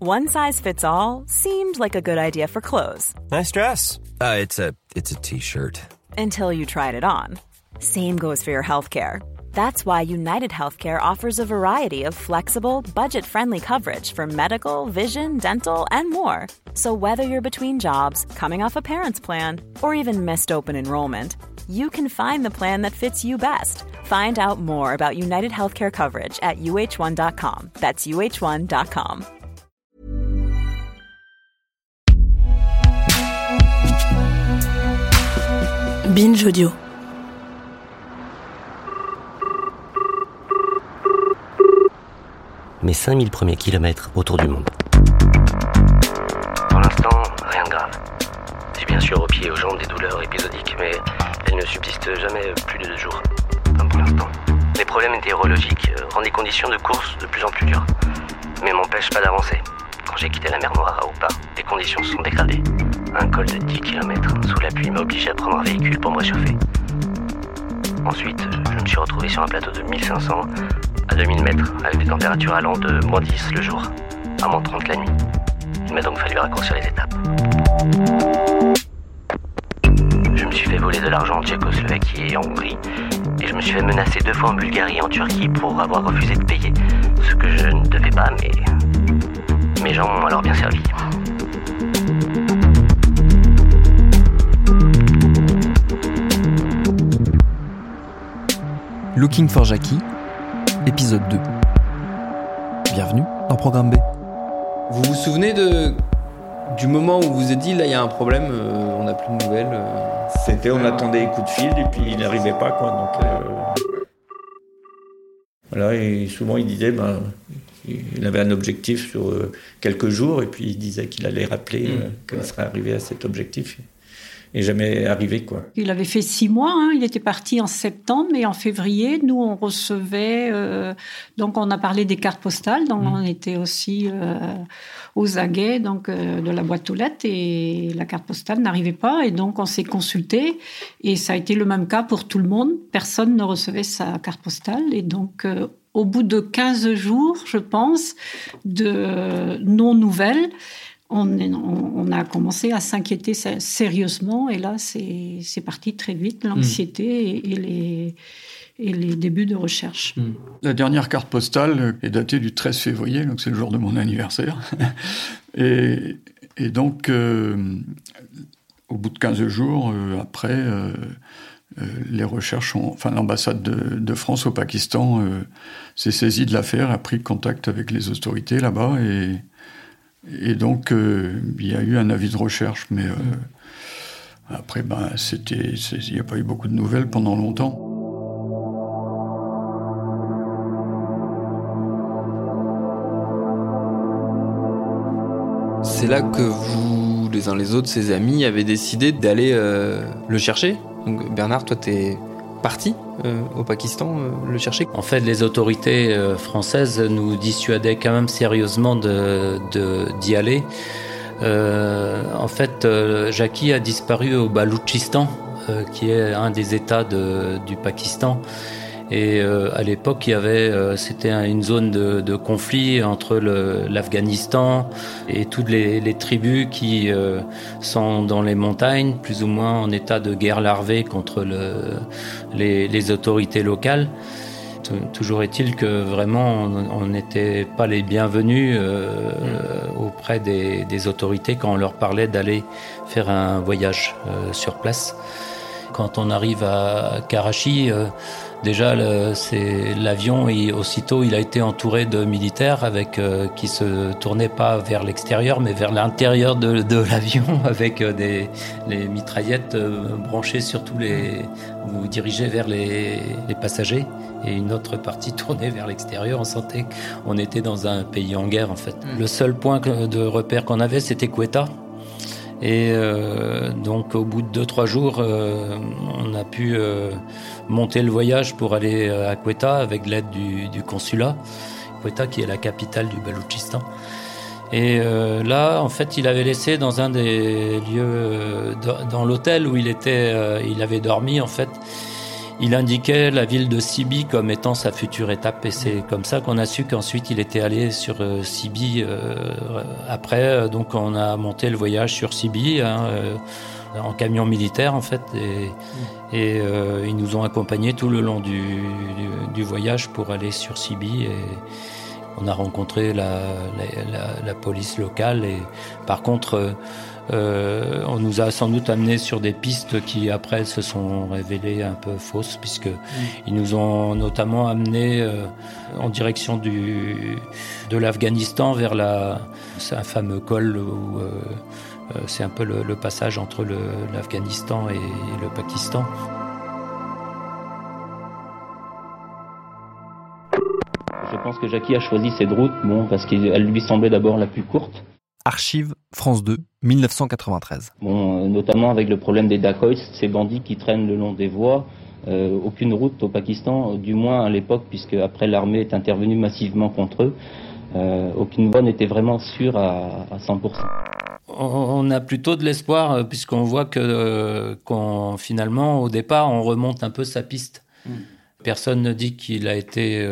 One size fits all seemed like a good idea for clothes. Nice dress. It's a t-shirt. Until you tried it on. Same goes for your healthcare. That's why United Healthcare offers a variety of flexible, budget-friendly coverage for medical, vision, dental, and more. So whether you're between jobs, coming off a parent's plan, or even missed open enrollment, you can find the plan that fits you best. Find out more about United Healthcare coverage at uh1.com. That's uh1.com. Binge Audio. Mes 5000 premiers kilomètres autour du monde. Pour l'instant, rien de grave. J'ai bien sûr aux pieds et aux jambes des douleurs épisodiques, mais elles ne subsistent jamais plus de 2 jours. Comme pour l'instant. Les problèmes météorologiques rendent les conditions de course de plus en plus dures, mais m'empêchent pas d'avancer. Quand j'ai quitté la mer Noire à Opa, les conditions se sont dégradées. Un col de 10 km sous la pluie m'a obligé à prendre un véhicule pour me réchauffer. Ensuite, je me suis retrouvé sur un plateau de 1500 à 2000 mètres, avec des températures allant de -10 le jour à -30 la nuit. Il m'a donc fallu raccourcir les étapes. Je me suis fait voler de l'argent en Tchécoslovaquie et en Hongrie, et je me suis fait menacer 2 fois en Bulgarie et en Turquie pour avoir refusé de payer, ce que je ne devais pas, mais mes gens m'ont alors bien servi. Looking for Jackie, épisode 2. Bienvenue dans Programme B. Vous vous souvenez du moment où vous vous êtes dit, là il y a un problème, on n'a plus de nouvelles C'était, on attendait les coups de fil et puis il n'arrivait pas, quoi. Donc, voilà, et souvent il disait, il avait un objectif sur quelques jours et puis il disait qu'il allait rappeler qu'il serait arrivé à cet objectif. Et jamais arrivé, quoi. Il avait fait 6 mois, il était parti en septembre, et en février, nous, on recevait... donc, on a parlé des cartes postales, donc on était aussi aux aguets de la boîte aux lettres, et la carte postale n'arrivait pas, et donc on s'est consulté, et ça a été le même cas pour tout le monde. Personne ne recevait sa carte postale, et donc... au bout de 15 jours, je pense, de non-nouvelles, on a commencé à s'inquiéter sérieusement. Et là, c'est parti très vite, l'anxiété et les débuts de recherche. La dernière carte postale est datée du 13 février, donc c'est le jour de mon anniversaire. et donc, au bout de 15 jours, après... les recherches l'ambassade de France au Pakistan s'est saisie de l'affaire, a pris contact avec les autorités là-bas et donc il y a eu un avis de recherche, mais après il n'y a pas eu beaucoup de nouvelles pendant longtemps. C'est là que vous, les uns les autres, ses amis, avez décidé d'aller le chercher. Donc Bernard, toi, t'es parti au Pakistan le chercher. En fait, les autorités françaises nous dissuadaient quand même sérieusement d'y aller. En fait, Jackie a disparu au Baloutchistan, qui est un des États du Pakistan. Et à l'époque, c'était une zone de conflit entre l'Afghanistan et toutes les tribus qui sont dans les montagnes, plus ou moins en état de guerre larvée contre les autorités locales. Toujours est-il que vraiment, on n'était pas les bienvenus auprès des autorités quand on leur parlait d'aller faire un voyage sur place. Quand on arrive à Karachi, déjà l'avion, aussitôt il a été entouré de militaires qui se tournaient pas vers l'extérieur mais vers l'intérieur de l'avion avec les mitraillettes branchées sur vous dirigez vers les passagers et une autre partie tournée vers l'extérieur. On sentait qu'on était dans un pays en guerre en fait. Le seul point de repère qu'on avait, c'était Quetta. Et donc au bout de 2-3 jours, on a pu monter le voyage pour aller à Quetta avec l'aide du consulat. Quetta qui est la capitale du Baloutchistan. Et là, en fait, il avait laissé dans un des lieux, dans l'hôtel où il avait dormi, en fait, il indiquait la ville de Sibi comme étant sa future étape. Et c'est comme ça qu'on a su qu'ensuite il était allé sur Sibi. Après, donc on a monté le voyage sur Sibi, en camion militaire en fait. Et ils nous ont accompagnés tout le long du voyage pour aller sur Sibi. Et on a rencontré la police locale. Et par contre... on nous a sans doute amenés sur des pistes qui après se sont révélées un peu fausses, puisque ils nous ont notamment amenés en direction de l'Afghanistan vers c'est un fameux col où c'est un peu le passage entre l'Afghanistan et le Pakistan. Je pense que Jackie a choisi cette route, parce qu'elle lui semblait d'abord la plus courte. Archives France 2, 1993. Notamment avec le problème des dacoits, ces bandits qui traînent le long des voies. Aucune route au Pakistan, du moins à l'époque, puisque après l'armée est intervenue massivement contre eux, aucune voie n'était vraiment sûre à 100%. On a plutôt de l'espoir, puisqu'on voit qu'on finalement, au départ, on remonte un peu sa piste. Personne ne dit qu'il a été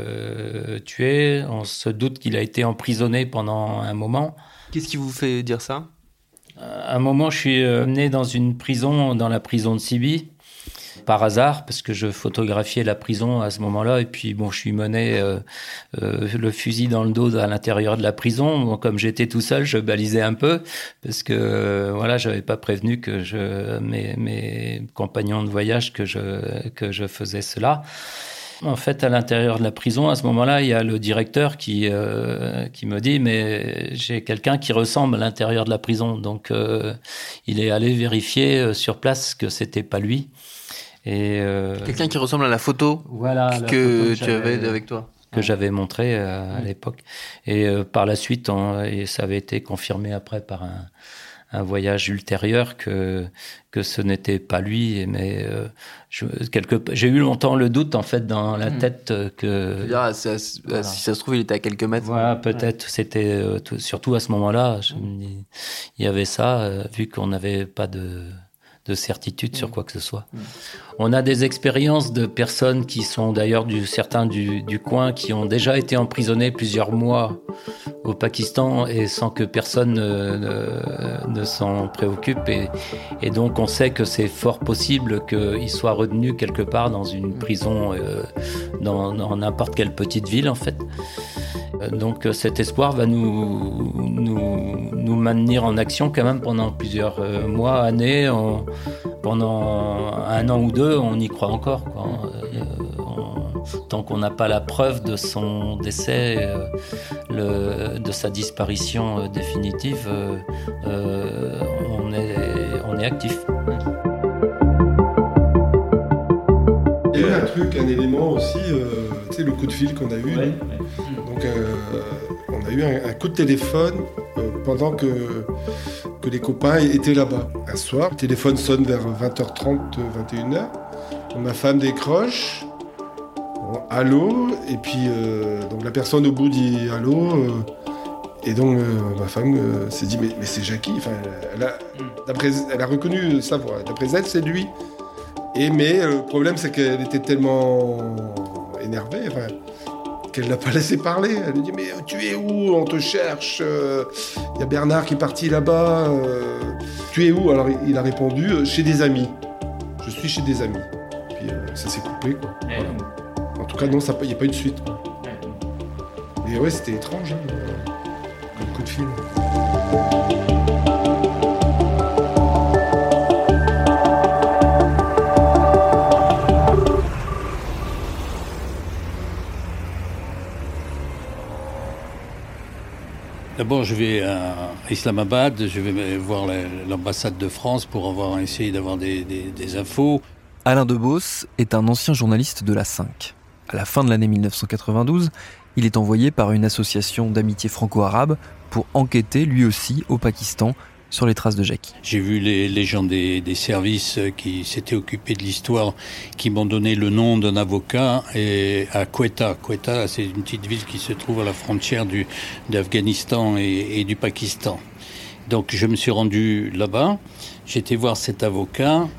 tué. On se doute qu'il a été emprisonné pendant un moment. Qu'est-ce qui vous fait dire ça ? À un moment, je suis amené dans une prison, dans la prison de Sibi, par hasard, parce que je photographiais la prison à ce moment-là. Et puis, je suis mené le fusil dans le dos à l'intérieur de la prison. Comme j'étais tout seul, je balisais un peu, parce que j'avais pas prévenu que mes compagnons de voyage que je faisais cela. En fait, à l'intérieur de la prison, à ce moment-là, il y a le directeur qui me dit « Mais j'ai quelqu'un qui ressemble à l'intérieur de la prison. » Donc, il est allé vérifier sur place que c'était pas lui. Et quelqu'un qui ressemble à la photo que tu avais avec toi. Que j'avais montré à l'époque. Et par la suite, et ça avait été confirmé après par un voyage ultérieur que ce n'était pas lui, mais j'ai eu longtemps le doute en fait dans la tête que si ça se trouve il était à quelques mètres. Voilà, peut-être c'était surtout à ce moment-là, il y avait ça, vu qu'on n'avait pas de certitude sur quoi que ce soit. On a des expériences de personnes qui sont d'ailleurs certains du coin qui ont déjà été emprisonnés plusieurs mois au Pakistan et sans que personne ne s'en préoccupe. Et donc on sait que c'est fort possible qu'ils soient retenus quelque part dans une prison dans n'importe quelle petite ville en fait. Donc cet espoir va nous maintenir en action quand même pendant plusieurs mois, années. Pendant un an ou deux, on y croit encore, quoi. Tant qu'on n'a pas la preuve de son décès, de sa disparition définitive, on est actif. Il y a eu un élément aussi, tu sais, le coup de fil qu'on a eu. Ouais. Donc, on a eu un coup de téléphone pendant que les copains étaient là-bas. Un soir, le téléphone sonne vers 20h30, 21h. Ma femme décroche. Bon, allô. Et puis, donc la personne au bout dit allô. Et donc, ma femme s'est dit, mais c'est Jackie. Enfin, elle a reconnu sa voix. D'après elle, c'est lui. Mais le problème, c'est qu'elle était tellement énervée qu'elle ne l'a pas laissé parler. Elle lui dit « Mais tu es où ? On te cherche. Il y a Bernard qui est parti là-bas. Tu es où ?» Alors il a répondu « Chez des amis. Je suis chez des amis. » Puis ça s'est coupé, quoi. Voilà. En tout cas, non, il n'y a pas eu de suite, quoi. Mais ouais, c'était étrange, comme coup de fil. D'abord, je vais à Islamabad, je vais voir l'ambassade de France pour essayer d'avoir des infos. Alain Debos est un ancien journaliste de la 5. À la fin de l'année 1992, il est envoyé par une association d'amitié franco-arabe pour enquêter lui aussi au Pakistan sur les traces de Jackie. J'ai vu les gens des services qui s'étaient occupés de l'histoire, qui m'ont donné le nom d'un avocat à Quetta. Quetta, c'est une petite ville qui se trouve à la frontière d'Afghanistan et du Pakistan. Donc je me suis rendu là-bas, j'ai été voir cet avocat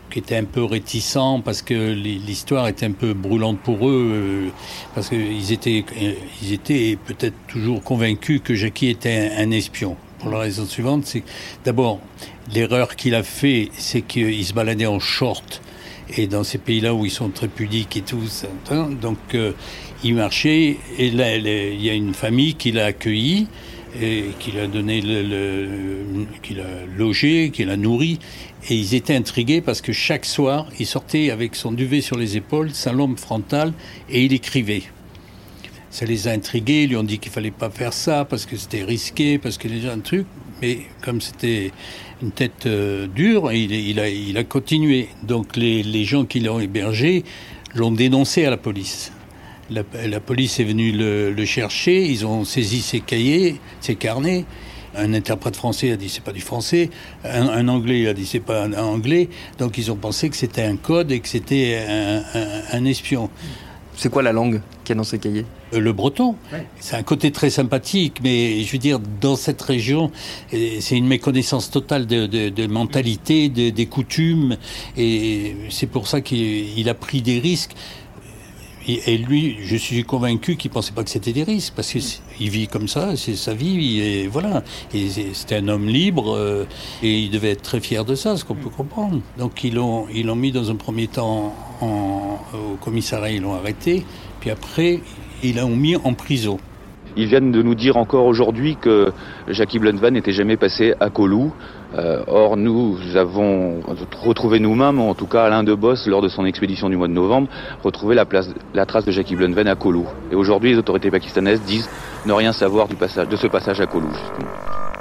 qui étaient un peu réticents parce que l'histoire était un peu brûlante pour eux, parce qu'ils étaient peut-être toujours convaincus que Jacky était un espion. Pour la raison suivante, c'est d'abord, l'erreur qu'il a fait, c'est qu'il se baladait en short. Et dans ces pays-là où ils sont très pudiques et tout, donc il marchait, et là, il y a une famille qui l'a accueilli, et qui l'a donné qui l'a logé, qui l'a nourri, et ils étaient intrigués parce que chaque soir, il sortait avec son duvet sur les épaules, sa lampe frontale, et il écrivait. Ça les a intrigués, ils lui ont dit qu'il fallait pas faire ça parce que c'était risqué, parce que déjà un truc, mais comme c'était une tête dure, il a continué. Donc les gens qui l'ont hébergé l'ont dénoncé à la police. La police est venue le chercher, ils ont saisi ses cahiers, ses carnets. Un interprète français a dit c'est pas du français, un anglais a dit c'est pas un anglais, donc ils ont pensé que c'était un code et que c'était un espion. C'est quoi la langue qu'il y a dans ces cahiers ? Le breton. Ouais. C'est un côté très sympathique, mais je veux dire, dans cette région, c'est une méconnaissance totale de mentalité, des coutumes, et c'est pour ça qu'il a pris des risques. Et lui, je suis convaincu qu'il pensait pas que c'était des risques, parce qu'il vit comme ça, c'est sa vie, et voilà. Et c'était un homme libre, et il devait être très fier de ça, ce qu'on peut comprendre. Donc ils l'ont mis dans un premier temps au commissariat, ils l'ont arrêté, puis après, ils l'ont mis en prison. Ils viennent de nous dire encore aujourd'hui que Jacky Bluntvan n'était jamais passé à Collioure. Or, nous avons retrouvé nous-mêmes, en tout cas Alain Debosse, lors de son expédition du mois de novembre, retrouvé la trace de Jacky Bluntvan à Collioure. Et aujourd'hui, les autorités pakistanaises disent ne rien savoir de ce passage à Collioure, justement.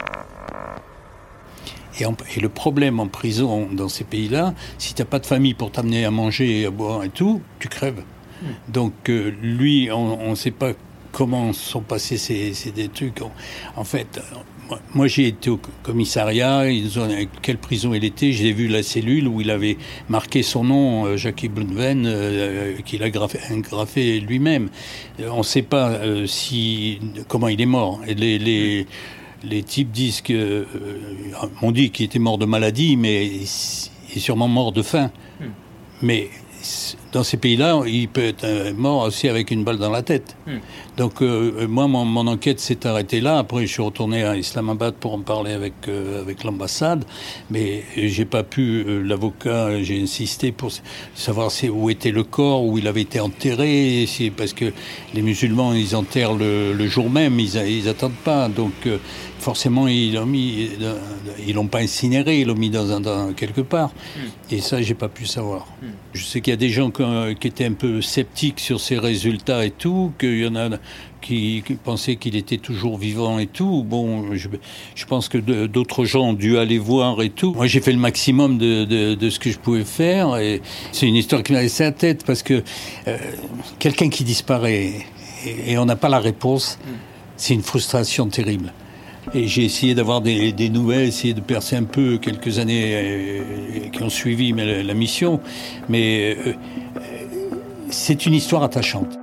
Et le problème en prison dans ces pays-là, si tu n'as pas de famille pour t'amener à manger, à boire et tout, tu crèves. Donc lui, on ne sait pas comment sont passés des trucs. En fait, moi j'ai été au commissariat, ils ont quelle prison il était, j'ai vu la cellule où il avait marqué son nom, Jacky Bluntvan, qu'il a graffé lui-même. On ne sait pas comment il est mort. Et les types disent on dit qu'il était mort de maladie, mais il est sûrement mort de faim. Mais dans ces pays-là, il peut être mort aussi avec une balle dans la tête. Donc moi, mon enquête s'est arrêtée là. Après, je suis retourné à Islamabad pour en parler avec l'ambassade. Mais j'ai pas pu, l'avocat, j'ai insisté pour savoir où était le corps, où il avait été enterré. Parce que les musulmans, ils enterrent le jour même, ils attendent pas. Donc forcément, ils l'ont pas incinéré, ils l'ont mis dans quelque part. Et ça, j'ai pas pu savoir. Je sais qu'il y a des gens qui étaient un peu sceptiques sur ces résultats et tout, qu'il y en a qui pensaient qu'il était toujours vivant et tout. Bon, je pense que d'autres gens ont dû aller voir et tout. Moi, j'ai fait le maximum de ce que je pouvais faire, et c'est une histoire qui m'a laissé la tête, parce que quelqu'un qui disparaît et on n'a pas la réponse, c'est une frustration terrible. Et j'ai essayé d'avoir des nouvelles, essayé de percer un peu quelques années qui ont suivi la mission, mais c'est une histoire attachante.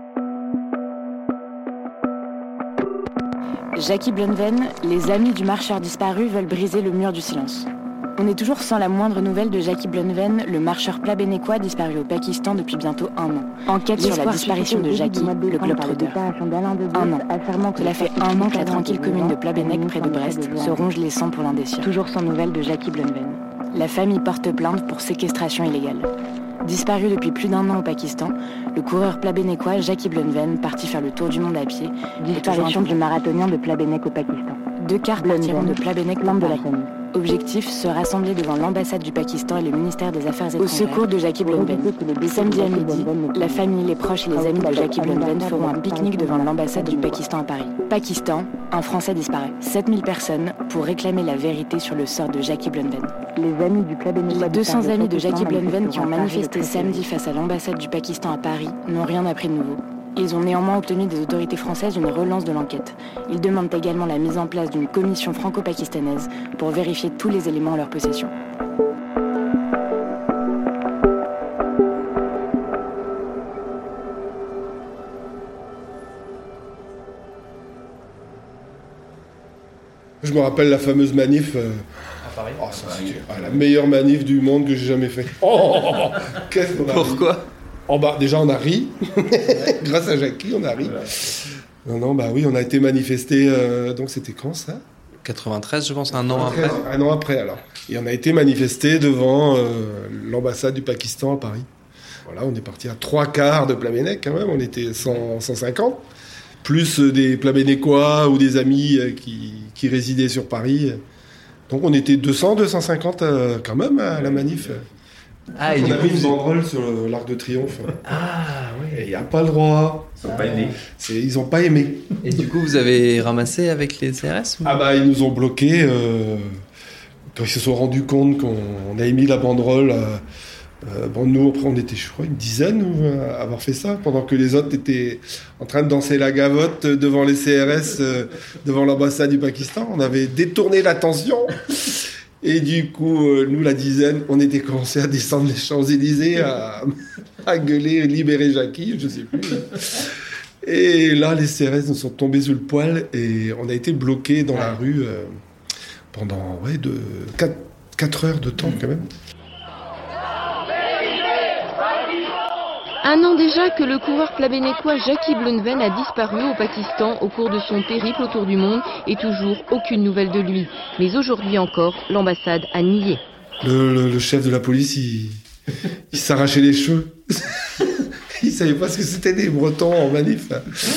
Jacky Bluntvan, les amis du marcheur disparu veulent briser le mur du silence. On est toujours sans la moindre nouvelle de Jacky Bluntvan, le marcheur plabénécois disparu au Pakistan depuis bientôt 1 an. Enquête sur la disparition de Jacky, le globe-trotter. 1 an. Cela fait 1 an que la tranquille commune de Plabennec, près de Brest, se ronge les sangs pour l'indécient. Toujours sans nouvelles de Jacky Bluntvan. La famille porte plainte pour séquestration illégale. Disparu depuis plus d'1 an au Pakistan, le coureur plabénécois Jacky Bluntvan parti faire le tour du monde à pied. Disparition du marathonien de Plabennec au Pakistan. 2 cars partiront de Plabennec pour Paris. Objectif, se rassembler devant l'ambassade du Pakistan et le ministère des Affaires étrangères. Au secours de Jacky Bluntvan. Samedi à midi, la famille, les proches et les amis de Jacky Bluntvan feront un pique-nique devant l'ambassade du Pakistan à Paris. Pakistan, un Français disparaît. 7000 personnes pour réclamer la vérité sur le sort de Jacky Bluntvan. Les 200 amis de Jacky Bluntvan qui ont manifesté samedi face à l'ambassade du Pakistan à Paris n'ont rien appris de nouveau. Ils ont néanmoins obtenu des autorités françaises une relance de l'enquête. Ils demandent également la mise en place d'une commission franco-pakistanaise pour vérifier tous les éléments en leur possession. Je me rappelle la fameuse manif Paris. Oh, ça, c'était la meilleure manif du monde que j'ai jamais fait. Qu'est-ce qu'on a Pourquoi ? Déjà, on a ri. Grâce à Jackie, on a ri. Voilà. Oui, on a été manifesté. Donc, c'était quand, ça ? 93, je pense, un an après. Un an après, alors. Et on a été manifesté devant l'ambassade du Pakistan à Paris. Voilà, on est parti à 3/4 de Plabennec, quand même. On était 150. Plus des Plabénécois ou des amis qui résidaient sur Paris. Donc, on était 200-250 quand même à la manif. Ah, et on du a coup, mis une banderole sur l'Arc de Triomphe. Ah, oui. Il n'y a pas le droit. Ils n'ont pas aimé. Ils n'ont pas aimé. Et du coup, vous avez ramassé avec les CRS ou... Ils nous ont bloqués. Quand ils se sont rendus compte qu'on avait mis la banderole. Nous, après, on était, je crois, une dizaine à avoir fait ça, pendant que les autres étaient en train de danser la gavotte devant les CRS, devant l'ambassade du Pakistan. On avait détourné l'attention. Et du coup, nous, la dizaine, on était commencé à descendre les Champs-Élysées, à gueuler « Libérez Jackie », je ne sais plus. Et là, les CRS nous sont tombés sous le poil et on a été bloqués dans la rue pendant 4 heures de temps quand même. Un an déjà que le coureur plabénécois Jackie Blunven a disparu au Pakistan au cours de son périple autour du monde et toujours aucune nouvelle de lui. Mais aujourd'hui encore, l'ambassade a nié. Le chef de la police, il s'arrachait les cheveux. Il savait pas ce que c'était des Bretons en manif.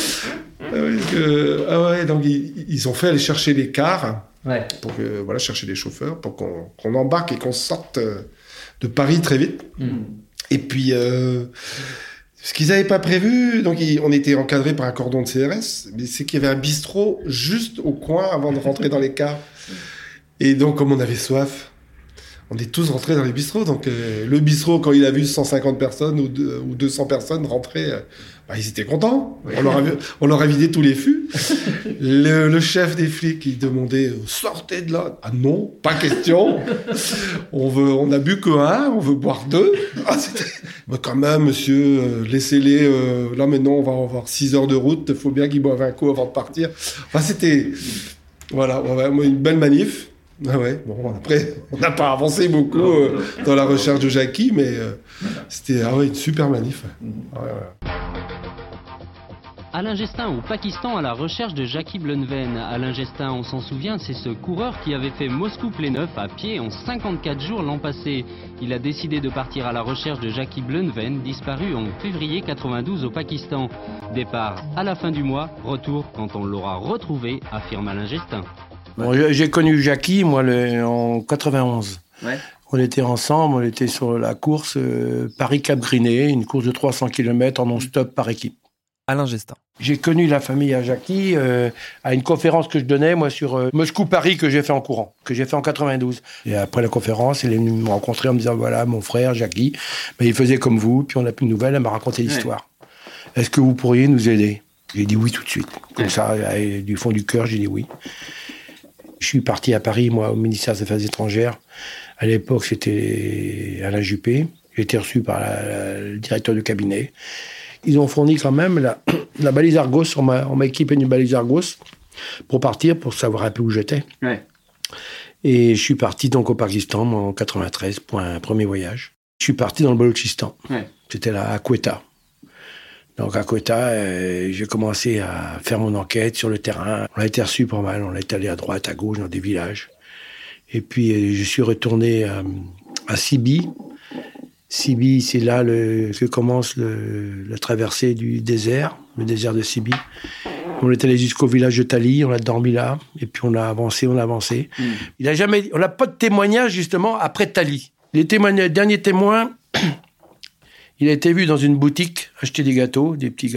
Donc ils ont fait aller chercher les cars pour chercher les chauffeurs pour qu'on embarque et qu'on sorte de Paris très vite. Et puis, ce qu'ils n'avaient pas prévu, donc on était encadré par un cordon de CRS, mais c'est qu'il y avait un bistrot juste au coin avant de rentrer dans les cars. Et donc, comme on avait soif, on est tous rentrés dans les bistrots. Donc, le bistrot, quand il a vu 150 personnes ou 200 personnes rentrer, ils étaient contents. On leur a vidé tous les fûts. Le chef des flics, il demandait « Sortez de là !» Ah non, pas question. On n'a bu que un, on veut boire 2. Mais quand même, monsieur, laissez-les. Là, maintenant, on va avoir 6 heures de route. Il faut bien qu'ils boivent un coup avant de partir. Enfin, c'était... Voilà, une belle manif. Après, on n'a pas avancé beaucoup dans la recherche de Jackie, mais c'était une super manif. Alain Gestin au Pakistan à la recherche de Jackie Blunven. Alain Gestin, on s'en souvient, c'est ce coureur qui avait fait Moscou-Pléneuf à pied en 54 jours l'an passé. Il a décidé de partir à la recherche de Jackie Blunven, disparu en février 92 au Pakistan. Départ à la fin du mois, retour quand on l'aura retrouvé, affirme Alain Gestin. Bon, j'ai connu Jackie, moi, en 91. Ouais. On était ensemble, on était sur la course Paris-Cap-Griné, une course de 300 km en non-stop par équipe. Alain Gestin. J'ai connu la famille à Jackie à une conférence que je donnais, moi, sur Moscou-Paris, que j'ai fait en courant, que j'ai fait en 92. Et après la conférence, elle est venue me rencontrer en me disant, voilà, mon frère, Jackie, il faisait comme vous, puis on n'a plus de nouvelles, elle m'a raconté l'histoire. Est-ce que vous pourriez nous aider ? J'ai dit oui tout de suite. Comme ça, du fond du cœur, j'ai dit oui. Je suis parti à Paris, moi, au ministère des Affaires étrangères. À l'époque, c'était Alain Juppé. J'ai été reçu par le directeur de cabinet. Ils ont fourni quand même la balise Argos. On m'a équipé d'une balise Argos pour partir, pour savoir un peu où j'étais. Ouais. Et je suis parti donc au Pakistan, moi, en 93, pour un premier voyage. Je suis parti dans le Baloutchistan. Ouais. C'était là, à Quetta. Donc à Quetta, j'ai commencé à faire mon enquête sur le terrain. On a été reçu pas mal, on est allé à droite, à gauche, dans des villages. Et puis je suis retourné à Sibi. Sibi, c'est là que commence la traversée du désert, le désert de Sibi. On est allé jusqu'au village de Tali, on a dormi là, et puis on a avancé. On n'a pas de témoignage justement après Tali. Les derniers témoins... Il a été vu dans une boutique acheter des gâteaux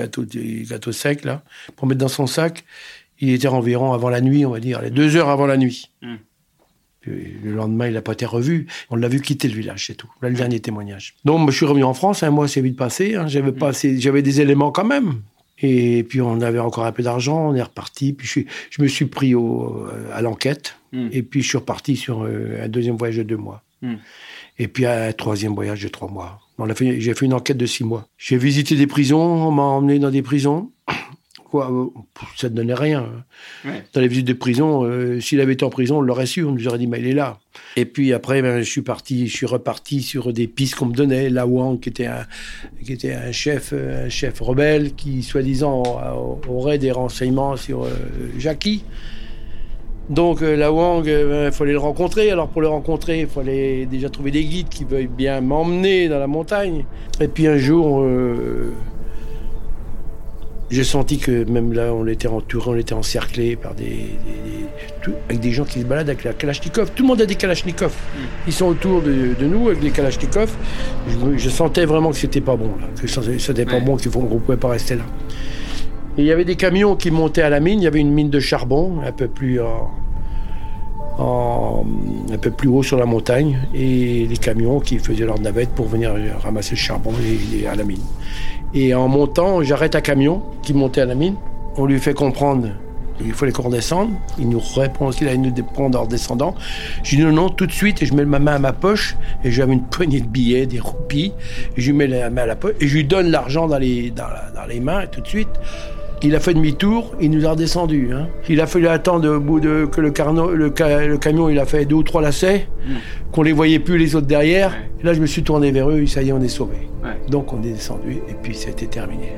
secs, là, pour mettre dans son sac. Il était environ avant la nuit, on va dire, les 2 heures avant la nuit. Puis, le lendemain, il n'a pas été revu. On l'a vu quitter le village, c'est tout. Là, le dernier témoignage. Donc, je suis revenu en France, un mois, c'est vite passé. J'avais des éléments quand même. Et puis, on avait encore un peu d'argent, on est reparti. Puis, je me suis pris à l'enquête. Et puis, je suis reparti sur un deuxième voyage de 2 mois. Et puis, un troisième voyage de 3 mois. J'ai fait une enquête de 6 mois. J'ai visité des prisons, on m'a emmené dans des prisons, Quoi, ça ne donnait rien. Ouais. Dans les visites de prison, s'il avait été en prison, on l'aurait su, on nous aurait dit, mais il est là. Et puis après, je suis reparti sur des pistes qu'on me donnait. Lawang, qui était un chef rebelle, qui, soi-disant, aurait des renseignements sur Jackie. Donc Lawang, il fallait le rencontrer. Alors pour le rencontrer, il fallait déjà trouver des guides qui veuillent bien m'emmener dans la montagne. Et puis un jour... j'ai senti que même là, on était entouré, on était encerclé par avec des gens qui se baladent avec la Kalachnikov. Tout le monde a des Kalachnikov. Ils sont autour de nous avec les Kalachnikov. Je sentais vraiment que c'était pas bon, là. Que c'était pas bon, qu'on ne pouvait pas rester là. Et il y avait des camions qui montaient à la mine. Il y avait une mine de charbon, un peu plus haut sur la montagne. Et les camions qui faisaient leur navette pour venir ramasser le charbon à la mine. Et en montant, j'arrête un camion qui montait à la mine. On lui fait comprendre qu'il fallait qu'on redescende. Il nous répond qu'il allait nous prendre en redescendant. Je dis non, tout de suite. Et je mets ma main à ma poche. Et j'avais une poignée de billets, des roupies. Et je lui mets la main à la poche. Et je lui donne l'argent dans les mains, tout de suite. Il a fait demi-tour, il nous a redescendus. Hein. Il a fallu attendre au bout que le camion il a fait 2 ou 3 lacets, qu'on les voyait plus les autres derrière. Et là, je me suis tourné vers eux, et ça y est, on est sauvés. Donc on est descendu, et puis c'était terminé.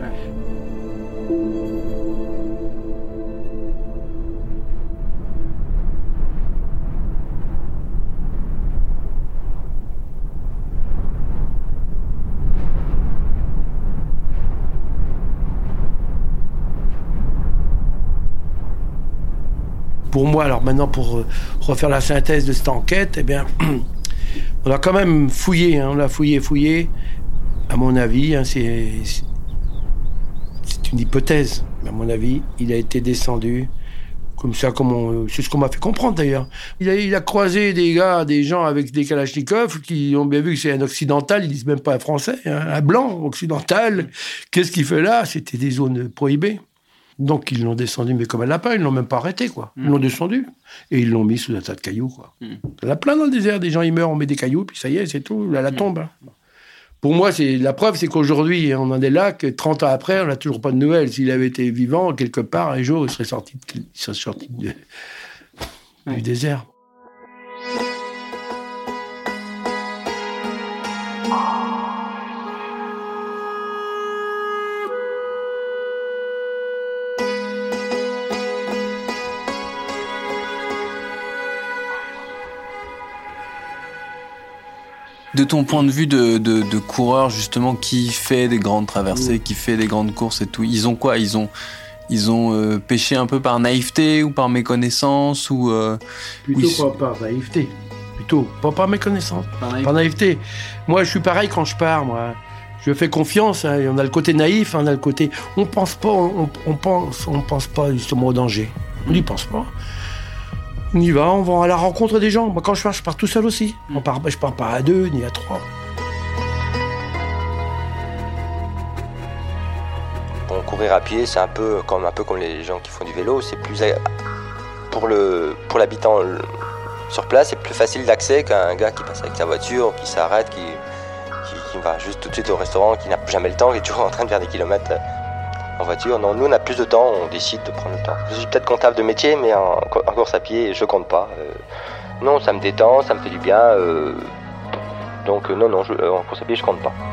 Pour moi, alors maintenant, pour refaire la synthèse de cette enquête, eh bien, on a quand même fouillé, hein, on l'a fouillé. À mon avis, hein, c'est une hypothèse, mais à mon avis, il a été descendu comme ça, c'est ce qu'on m'a fait comprendre d'ailleurs. Il a croisé des gens avec des Kalachnikov qui ont bien vu que c'est un occidental, ils disent même pas un français, hein, un blanc occidental. Qu'est-ce qu'il fait là? C'était des zones prohibées. Donc ils l'ont descendu, mais comme un lapin, ils l'ont même pas arrêté, quoi. Ils l'ont descendu et ils l'ont mis sous un tas de cailloux, quoi. Il y en a plein dans le désert, des gens ils meurent, on met des cailloux, puis ça y est, c'est tout, là, la tombe. Hein. Pour moi, la preuve, c'est qu'aujourd'hui, on en est là, que 30 ans après, on n'a toujours pas de nouvelles. S'il avait été vivant, quelque part, un jour, il serait sorti du désert. De ton point de vue de coureur, justement, qui fait des grandes traversées, qui fait des grandes courses et tout, ils ont quoi? Ils ont pêché un peu par naïveté ou par méconnaissance ou Plutôt pas par naïveté. Plutôt pas par méconnaissance. Par naïveté. Moi, je suis pareil quand je pars, moi. Je fais confiance. Hein. On a le côté naïf, on a le côté... On pense pas justement au danger. On n'y pense pas. On y va, on va à la rencontre des gens. Moi, quand je pars tout seul aussi. Je pars pas à 2 ni à 3. Bon, courir à pied, c'est un peu comme les gens qui font du vélo. C'est plus pour l'habitant sur place, c'est plus facile d'accès qu'un gars qui passe avec sa voiture, qui s'arrête, qui va juste tout de suite au restaurant, qui n'a jamais le temps, qui est toujours en train de faire des kilomètres en voiture. Non, nous on a plus de temps, on décide de prendre le temps. Je suis peut-être comptable de métier, mais en course à pied, je compte pas. Non, ça me détend, ça me fait du bien. Donc non, en course à pied, je compte pas.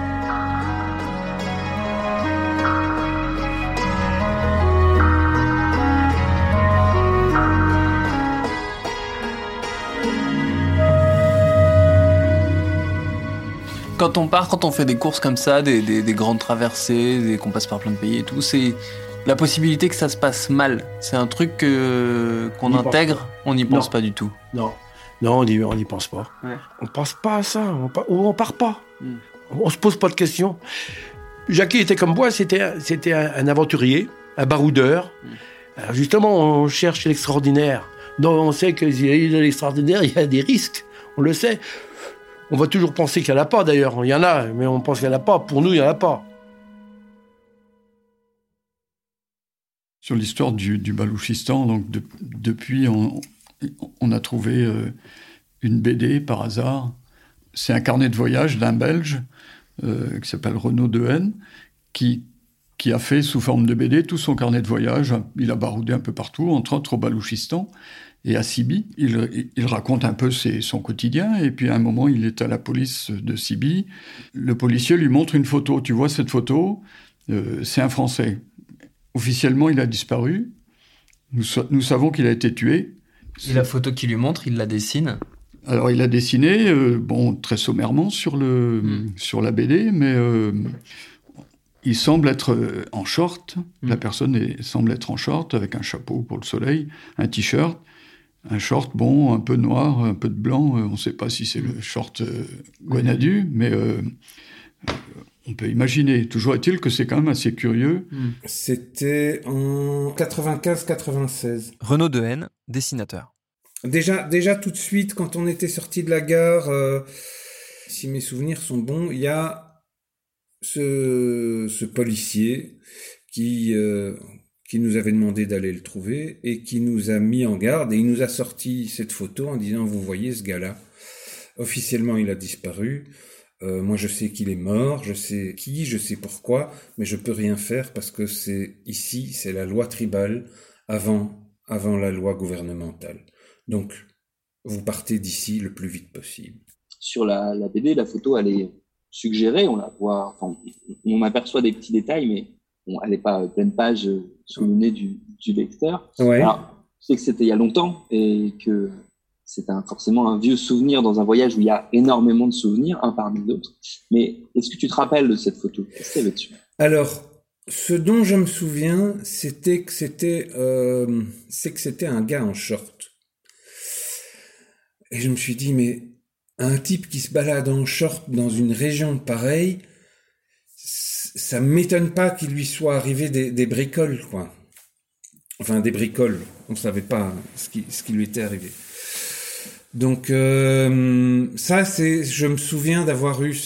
Quand on fait des courses comme ça, des grandes traversées, qu'on passe par plein de pays et tout, c'est la possibilité que ça se passe mal. C'est un truc qu'on intègre, on n'y pense pas du tout. Non, on n'y pense pas. Ouais. On pense pas à ça, on part pas. On se pose pas de questions. Jackie était comme moi, c'était un aventurier, un baroudeur. Alors justement, on cherche l'extraordinaire. Donc on sait que dans l'extraordinaire, il y a des risques, on le sait. On va toujours penser qu'il n'y en a pas, d'ailleurs. Il y en a, mais on pense qu'il n'y en a pas. Pour nous, il n'y en a pas. Sur l'histoire du Baloutchistan, donc depuis, on a trouvé une BD par hasard. C'est un carnet de voyage d'un Belge qui s'appelle Renaud Dehaene, qui qui a fait sous forme de BD tout son carnet de voyage. Il a baroudé un peu partout, entre autres au Baloutchistan et à Sibi. Il raconte un peu son quotidien, et puis à un moment, il est à la police de Sibi. Le policier lui montre une photo. Tu vois cette photo ? C'est un Français. Officiellement, il a disparu. Nous savons qu'il a été tué. Et la photo qu'il lui montre, il la dessine ? Alors, il a dessiné, très sommairement sur la BD, mais il semble être en short. La personne semble être en short, avec un chapeau pour le soleil, un t-shirt, un short, un peu noir, un peu de blanc. On ne sait pas si c'est le short Gwenadu, mais on peut imaginer. Toujours est-il que c'est quand même assez curieux. C'était en 95-96. Renaud Dehaene, dessinateur. Déjà tout de suite, quand on était sorti de la gare, si mes souvenirs sont bons, il y a ce policier qui nous avait demandé d'aller le trouver et qui nous a mis en garde, et il nous a sorti cette photo en disant « Vous voyez ce gars-là, officiellement il a disparu, moi je sais qu'il est mort, je sais qui, je sais pourquoi, mais je peux rien faire parce que c'est la loi tribale avant la loi gouvernementale. Donc, vous partez d'ici le plus vite possible. » Sur la BD, la photo, elle est suggérée, on la voit, on aperçoit des petits détails, mais elle n'est pas pleine page sous le nez du lecteur. Ouais. Alors, je sais que c'était il y a longtemps et que c'est forcément un vieux souvenir dans un voyage où il y a énormément de souvenirs, un parmi d'autres. Mais est-ce que tu te rappelles de cette photo ? Qu'est-ce qu'il y avait dessus ? Alors, ce dont je me souviens, c'est que c'était un gars en short. Et je me suis dit, mais un type qui se balade en short dans une région pareille, ça m'étonne pas qu'il lui soit arrivé des bricoles, quoi. Enfin, des bricoles. On savait pas ce qui lui était arrivé. Donc, ça, je me souviens d'avoir eu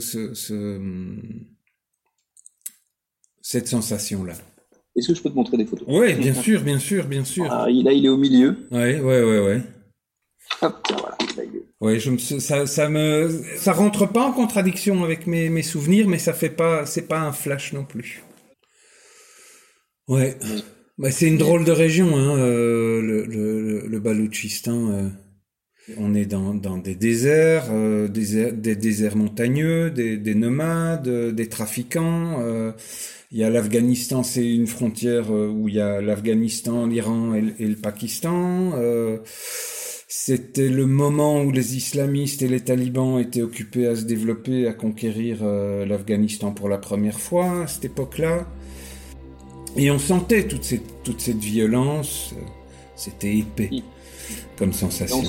cette sensation-là. Est-ce que je peux te montrer des photos ? Oui, bien sûr. Ah, là, il est au milieu. Ouais. Hop, tiens, voilà. Ouais, ça rentre pas en contradiction avec mes souvenirs, mais c'est pas un flash non plus. Ouais. Bah, c'est une drôle de région, hein, le Baloutchistan. On est dans des déserts, des déserts montagneux, des nomades, des trafiquants. Il y a l'Afghanistan, c'est une frontière où il y a l'Afghanistan, l'Iran et le Pakistan. C'était le moment où les islamistes et les talibans étaient occupés à se développer, à conquérir l'Afghanistan pour la première fois, à cette époque-là. Et on sentait toute cette violence. C'était épais comme sensation.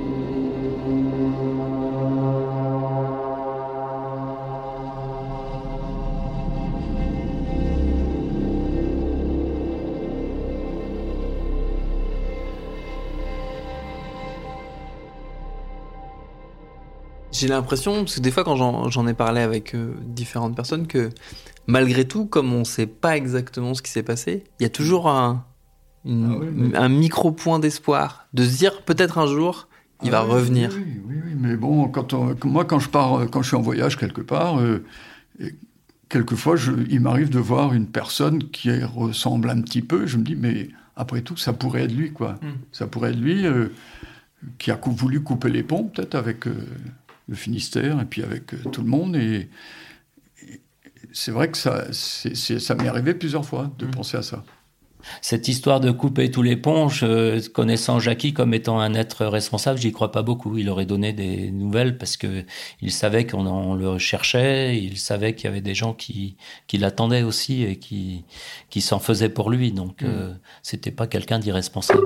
J'ai l'impression, parce que des fois quand j'en ai parlé avec différentes personnes, que malgré tout, comme on ne sait pas exactement ce qui s'est passé, il y a toujours un micro-point d'espoir, de se dire peut-être un jour, il va revenir. Oui, mais bon, moi quand je suis en voyage quelque part, quelquefois il m'arrive de voir une personne qui ressemble un petit peu, je me dis, mais après tout, ça pourrait être lui, quoi. Ça pourrait être lui qui a voulu couper les ponts, peut-être avec le Finistère, et puis avec tout le monde, et c'est vrai que ça m'est arrivé plusieurs fois de penser à ça. Cette histoire de couper tous les ponts, connaissant Jackie comme étant un être responsable, j'y crois pas beaucoup. Il aurait donné des nouvelles parce que il savait qu'on le cherchait, il savait qu'il y avait des gens qui l'attendaient aussi et qui s'en faisaient pour lui. Donc c'était pas quelqu'un d'irresponsable.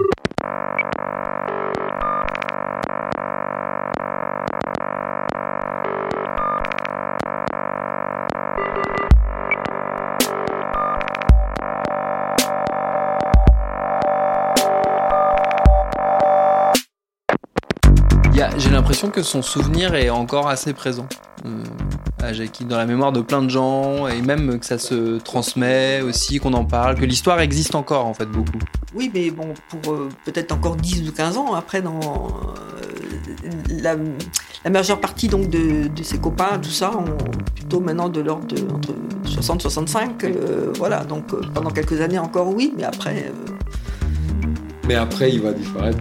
J'ai l'impression que son souvenir est encore assez présent à Jackie, dans la mémoire de plein de gens, et même que ça se transmet aussi, qu'on en parle, que l'histoire existe encore en fait beaucoup. Oui, mais bon, pour peut-être encore 10 ou 15 ans après, la majeure partie donc de ses copains, tout ça, ont plutôt maintenant de l'ordre de entre 60 65. Voilà, donc pendant quelques années encore, oui, mais après. Mais après, il va disparaître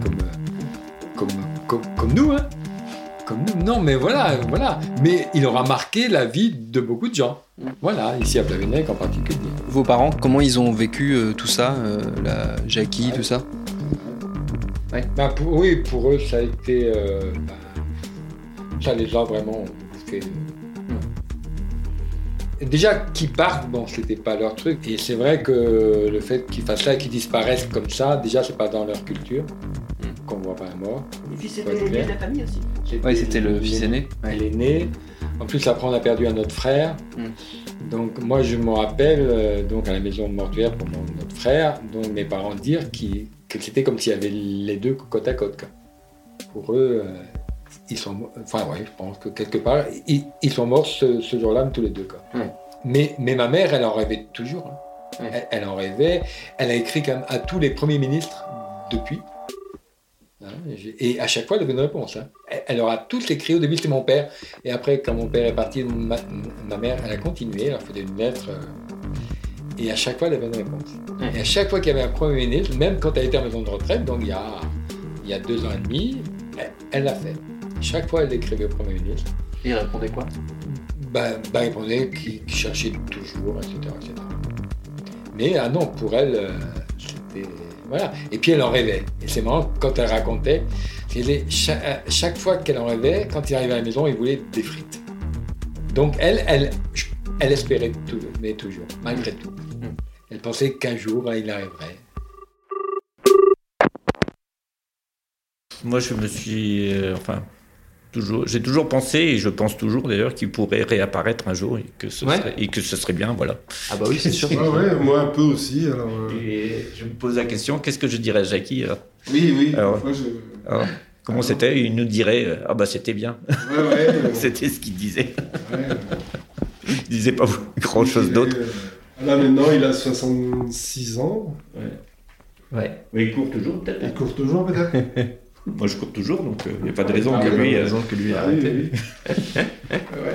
comme nous, hein. Comme nous. Non, mais voilà. Mais il aura marqué la vie de beaucoup de gens. Voilà, ici à Plavennec en particulier. Vos parents, comment ils ont vécu tout ça, la Jackie, tout ça? Ouais. Pour eux, ça a été... ça les a vraiment fait... Déjà, qu'ils partent, bon, c'était pas leur truc. Et c'est vrai que le fait qu'ils fassent ça et qu'ils disparaissent comme ça, déjà, c'est pas dans leur culture. Qu'on voit pas un mort. Et puis c'était l'aîné de la famille aussi. Oui, c'était le fils aîné. L'aîné. En plus, après, on a perdu un autre frère. Donc, moi, je me rappelle, donc à la maison de mortuaire pour notre frère, donc mes parents dire que c'était comme s'il y avait les deux côte à côte. Quoi. Pour eux, ils sont morts. Enfin, ouais, je pense que quelque part, ils sont morts ce jour-là, tous les deux. Quoi. Mais ma mère, elle en rêvait toujours. Hein. Elle en rêvait. Elle a écrit quand même à tous les premiers ministres depuis. Et à chaque fois, elle avait une réponse. Hein. Elle aura tous écrit. Au début, c'était mon père. Et après, quand mon père est parti, ma mère, elle a continué. Elle a fait une lettre. Et à chaque fois, elle avait une réponse. Et à chaque fois qu'il y avait un premier ministre, même quand elle était en maison de retraite, donc il y a 2 ans et demi, elle l'a fait. Chaque fois, elle écrivait au premier ministre. Et il répondait quoi? Il répondait qu'il cherchait toujours, etc., etc. Mais non, pour elle, c'était... Voilà. Et puis elle en rêvait. Et c'est marrant, quand elle racontait, chaque fois qu'elle en rêvait, quand il arrivait à la maison, il voulait des frites. Donc elle espérait tout, mais toujours, malgré tout. Elle pensait qu'un jour, il arriverait. Moi, je me suis... j'ai toujours pensé, et je pense toujours d'ailleurs, qu'il pourrait réapparaître un jour et que ce serait bien, voilà. Ah bah oui, c'est sûr. Moi un peu aussi. Alors, Et je me pose la question, qu'est-ce que je dirais à Jackie alors? Oui. Alors, comment c'était? Il nous dirait, c'était bien. C'était ce qu'il disait. Il disait pas grand-chose d'autre. Là maintenant, il a 66 ans. Ouais. Mais il court toujours peut-être. Il court toujours peut-être. Moi, je cours toujours, donc il n'y a pas de raison que lui ait arrêté. Ouais.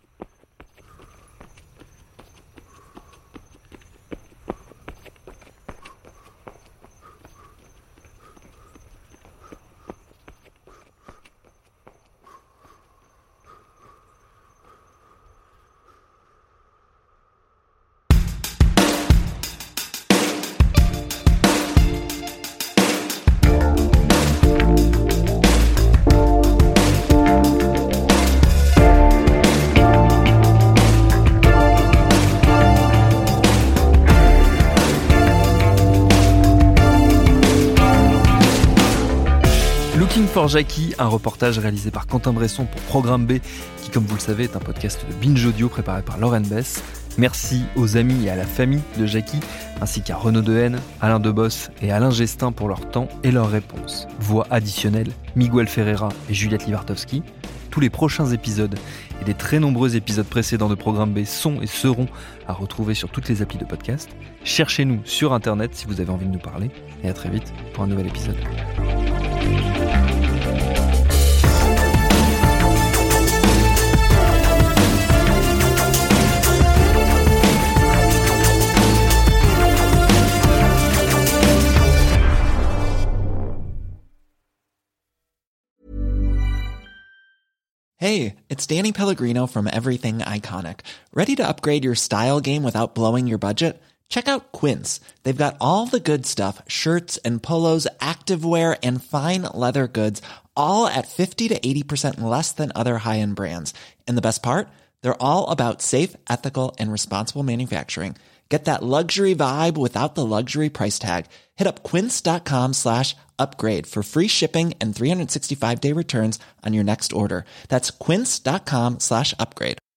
For Jackie, un reportage réalisé par Quentin Bresson pour Programme B, qui, comme vous le savez, est un podcast de Binge Audio préparé par Lauren Bess. Merci aux amis et à la famille de Jackie, ainsi qu'à Renaud Dehaene, Alain Debos et Alain Gestin pour leur temps et leurs réponses. Voix additionnelle, Miguel Ferreira et Juliette Livartowski. Tous les prochains épisodes et des très nombreux épisodes précédents de Programme B sont et seront à retrouver sur toutes les applis de podcast. Cherchez-nous sur Internet si vous avez envie de nous parler. Et à très vite pour un nouvel épisode. Hey, it's Danny Pellegrino from Everything Iconic. Ready to upgrade your style game without blowing your budget? Check out Quince. They've got all the good stuff, shirts and polos, activewear, and fine leather goods, all at 50 to 80% less than other high-end brands. And the best part? They're all about safe, ethical, and responsible manufacturing. Get that luxury vibe without the luxury price tag. Hit up quince.com/upgrade for free shipping and 365-day returns on your next order. That's quince.com/upgrade.